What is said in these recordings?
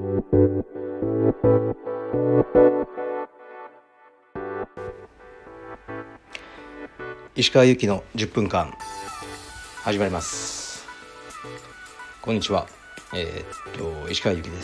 石川由紀の10分間始まります。こんにちは。石川由紀です。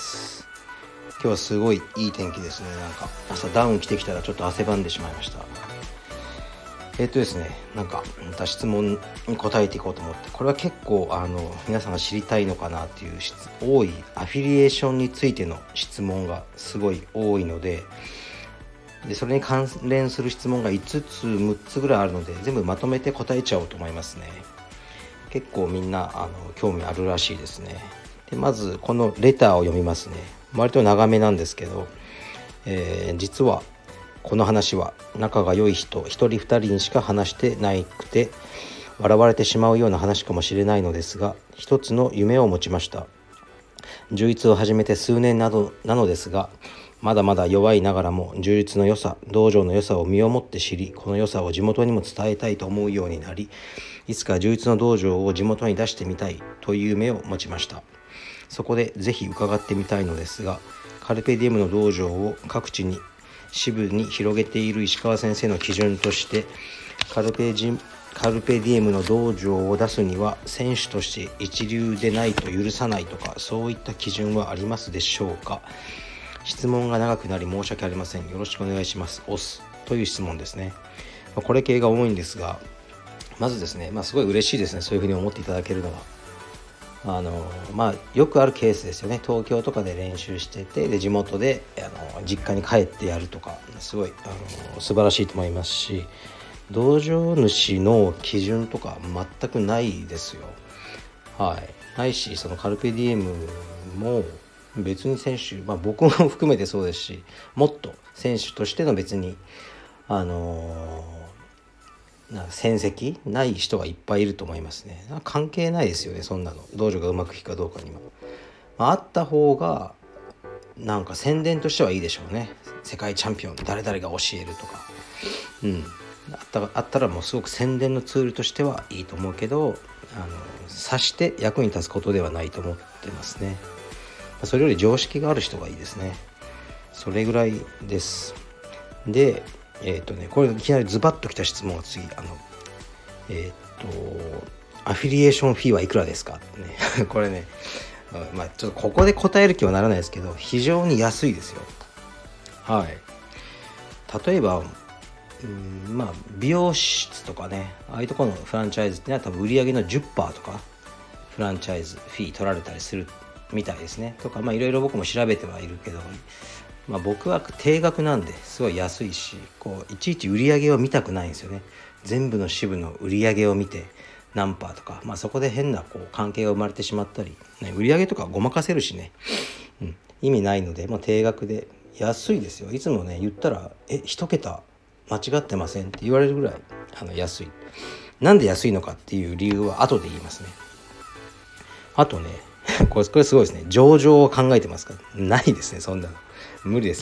今日はすごいいい天気ですね。なんか朝ダウン着てきたらちょっと汗ばんでしまいました。ですね、なんか質問に答えていこうと思って、これは結構皆さんが知りたいのかなっていう多いアフィリエーションについての質問がすごい多いので、それに関連する質問が5つ6つぐらいあるので、全部まとめて答えちゃおうと思いますね。結構みんな興味あるらしいですね。でまずこのレターを読みますね。割と長めなんですけど、実はこの話は仲が良い人1人2人にしか話してないくて、笑われてしまうような話かもしれないのですが、一つの夢を持ちました。柔術を始めて数年なのですが、まだまだ弱いながらも柔術の良さ、道場の良さを身をもって知り、この良さを地元にも伝えたいと思うようになり、いつか柔術の道場を地元に出してみたいという夢を持ちました。そこでぜひ伺ってみたいのですが、カルペディエムの道場を各地に支部に広げている石川先生の基準として、カルペディエムの道場を出すには選手として一流でないと許さないとか、そういった基準はありますでしょうか。質問が長くなり申し訳ありません。よろしくお願いします。という質問ですね。これ系が多いんですが、まずですね、すごい嬉しいですね。そういうふうに思っていただけるのは。よくあるケースですよね。東京とかで練習してて、で地元で実家に帰ってやるとか、すごい素晴らしいと思いますし、道場主の基準とか全くないですよ。ないし、そのカルペディエムも別に選手、僕も含めてそうですし、もっと選手としての別に戦績ない人がいっぱいいると思いますね。関係ないですよね、そんなの。道場がうまくいくかどうかにも、あった方がなんか宣伝としてはいいでしょうね。世界チャンピオン誰々が教えるとか、あったらもうすごく宣伝のツールとしてはいいと思うけど、さして役に立つことではないと思ってますね。それより常識がある人がいいですね。それぐらいです。で、これいきなりズバッときた質問が次、アフィリエーションフィーはいくらですかってねこれね、ちょっとここで答える気はならないですけど、非常に安いですよ。例えば美容室とかね、ああいうところのフランチャイズってのは多分売上の 10% とかフランチャイズフィー取られたりするみたいですね。とかいろいろ僕も調べてはいるけど、僕は定額なんですごい安いし、いちいち売り上げを見たくないんですよね。全部の支部の売り上げを見て何パーとか、そこで変な関係が生まれてしまったり、売り上げとかごまかせるしね、意味ないので、定額で安いですよ。いつもね言ったら一桁間違ってませんって言われるぐらい安い。なんで安いのかっていう理由は後で言いますね。あとねこれすごいですね。上場を考えてますか？ないですね、そんなの。無理です。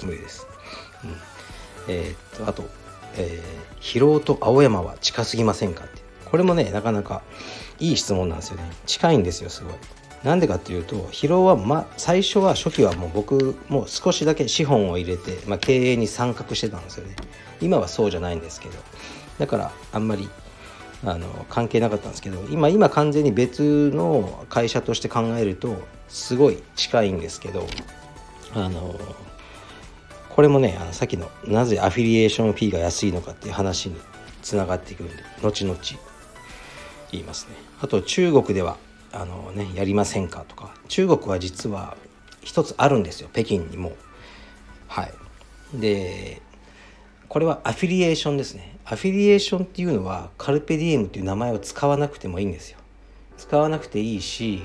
あと、広尾と青山は近すぎませんかって。これもね、なかなかいい質問なんですよね。近いんですよ、すごい。なんでかっていうと、広尾は最初は初期はもう僕もう少しだけ資本を入れて、経営に参画してたんですよね。今はそうじゃないんですけど、だからあんまり関係なかったんですけど、今完全に別の会社として考えるとすごい近いんですけど、これもね、さっきのなぜアフィリエーションフィーが安いのかっていう話につながっていくんで、後々言いますね。あと中国ではやりませんかとか、中国は実は一つあるんですよ、北京にも。でこれはアフィリエーションですね。アフィリエーションっていうのはカルペディエムっていう名前を使わなくてもいいんですよ。使わなくていいし、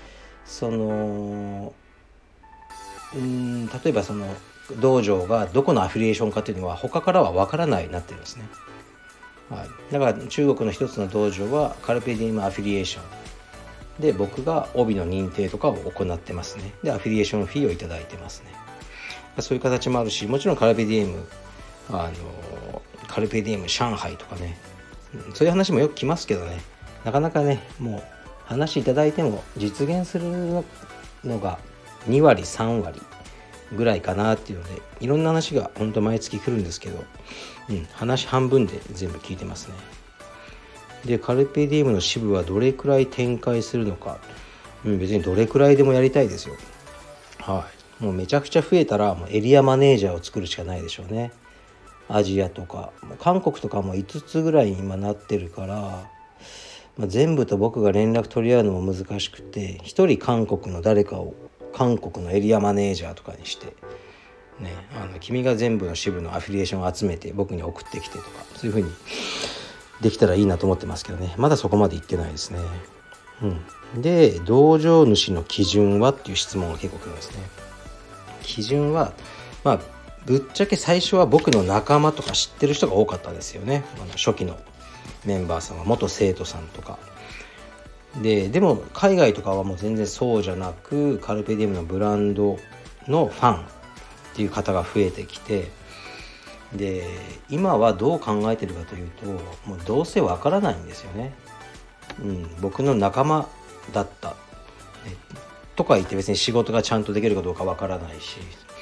例えばその道場がどこのアフィリエーションかっていうのは他からは分からないようになってるんですね。だから中国の一つの道場はカルペディエムアフィリエーションで、僕が帯の認定とかを行ってますね。でアフィリエーションフィーをいただいてますね。そういう形もあるし、もちろんカルペディエムカルペディエム上海とかね、そういう話もよく来ますけどね、なかなかね、もう話いただいても実現するのが2割3割ぐらいかなっていうので、いろんな話が本当毎月来るんですけど、話半分で全部聞いてますね。でカルペディウムの支部はどれくらい展開するのか、別にどれくらいでもやりたいですよ。もうめちゃくちゃ増えたらもうエリアマネージャーを作るしかないでしょうね。アジアとか韓国とかも5つぐらいに今なってるから、全部と僕が連絡取り合うのも難しくて、一人韓国の誰かを韓国のエリアマネージャーとかにしてね、君が全部の支部のアフィリエーションを集めて僕に送ってきてとか、そういう風にできたらいいなと思ってますけどね。まだそこまでいってないですね。で道場主の基準はっていう質問が結構来るんですね。基準はぶっちゃけ最初は僕の仲間とか知ってる人が多かったですよね。初期のメンバーさんは元生徒さんとかでも海外とかはもう全然そうじゃなく、カルペディウムのブランドのファンっていう方が増えてきて、で今はどう考えてるかというと、もうどうせわからないんですよね。僕の仲間だったとか言って別に仕事がちゃんとできるかどうかわからないし、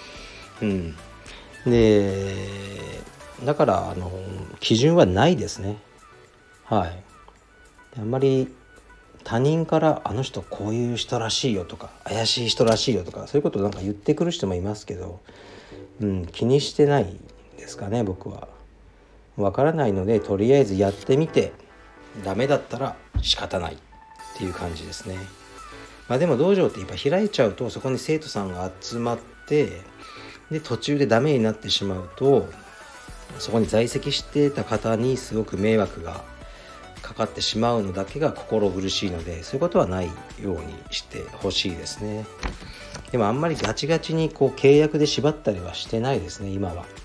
でだから基準はないですね。あんまり他人からあの人こういう人らしいよとか怪しい人らしいよとか、そういうことなんか言ってくる人もいますけど、気にしてないですかね。僕はわからないので、とりあえずやってみてダメだったら仕方ないっていう感じですね。でも道場ってやっぱ開いちゃうと、そこに生徒さんが集まって、で途中でダメになってしまうと、そこに在籍してた方にすごく迷惑がかかってしまうのだけが心苦しいので、そういうことはないようにしてほしいですね。でもあんまりガチガチに契約で縛ったりはしてないですね、今は。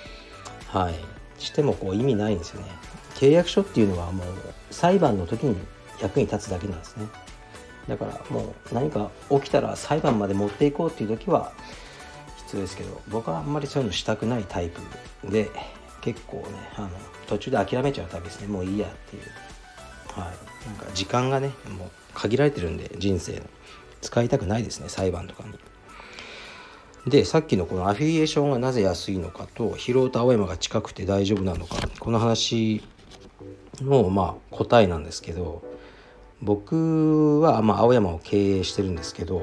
しても意味ないんですよね。契約書っていうのはもう裁判の時に役に立つだけなんですね。だからもう何か起きたら裁判まで持っていこうっていう時は必要ですけど、僕はあんまりそういうのしたくないタイプで、結構ね途中で諦めちゃうタイプですね。もういいやっていう。なんか時間がねもう限られてるんで、人生の使いたくないですね、裁判とかに。でさっきのこのアフィリエーションがなぜ安いのかと、広尾と青山が近くて大丈夫なのか、この話の答えなんですけど、僕は青山を経営してるんですけど、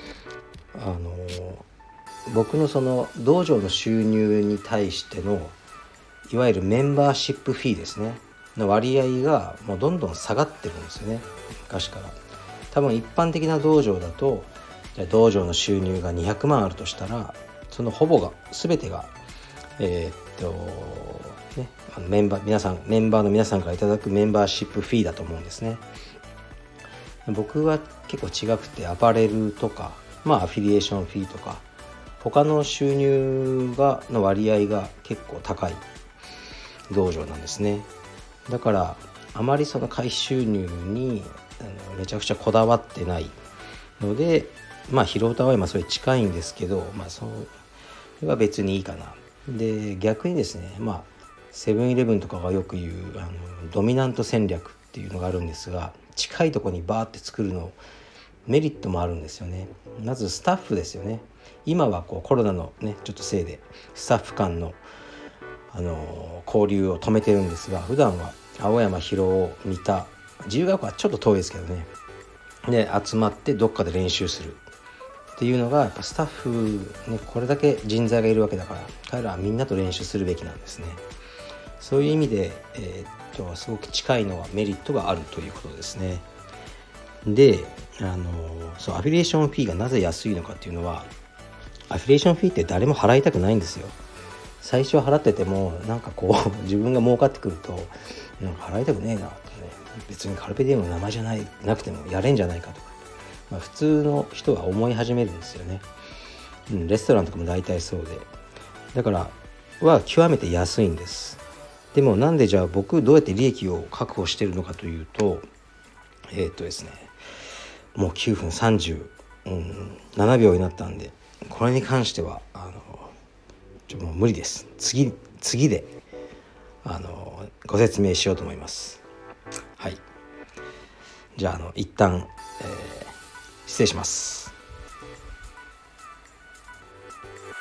僕のその道場の収入に対してのいわゆるメンバーシップフィーですねの割合がもうどんどん下がってるんですよね、昔から。多分一般的な道場だと、じゃあ道場の収入が200万あるとしたら、そのほぼが全てがメンバーの皆さんからいただくメンバーシップフィーだと思うんですね。僕は結構違くて、アパレルとかアフィリエーションフィーとか他の収入の割合が結構高い道場なんですね。だからあまりその回収入にめちゃくちゃこだわってないので、広尾と青山それ近いんですけど、それは別にいいかな。で逆にですね、セブンイレブンとかがよく言うドミナント戦略っていうのがあるんですが、近いところにバーって作るのメリットもあるんですよね。まずスタッフですよね。今はコロナのねちょっとせいでスタッフ間の交流を止めてるんですが、普段は青山、広尾、三田、自由が丘はちょっと遠いですけどね、で集まってどっかで練習するっていうのが、やっぱスタッフね、これだけ人材がいるわけだから、彼らはみんなと練習するべきなんですね。そういう意味ですごく近いのはメリットがあるということですね。でそうアフィリエーションフィーがなぜ安いのかっていうのは、アフィリエーションフィーって誰も払いたくないんですよ。最初は払ってても自分が儲かってくると払いたくねえなってね、別にカルペディウムの名前じゃなくてもやれんじゃないかとか、普通の人は思い始めるんですよね。レストランとかも大体そうで、だからは極めて安いんです。でもなんでじゃあ僕どうやって利益を確保しているのかというと、ですね、もう9分37秒になったんで、これに関してはもう無理です。次でご説明しようと思います。じゃあ一旦、失礼します。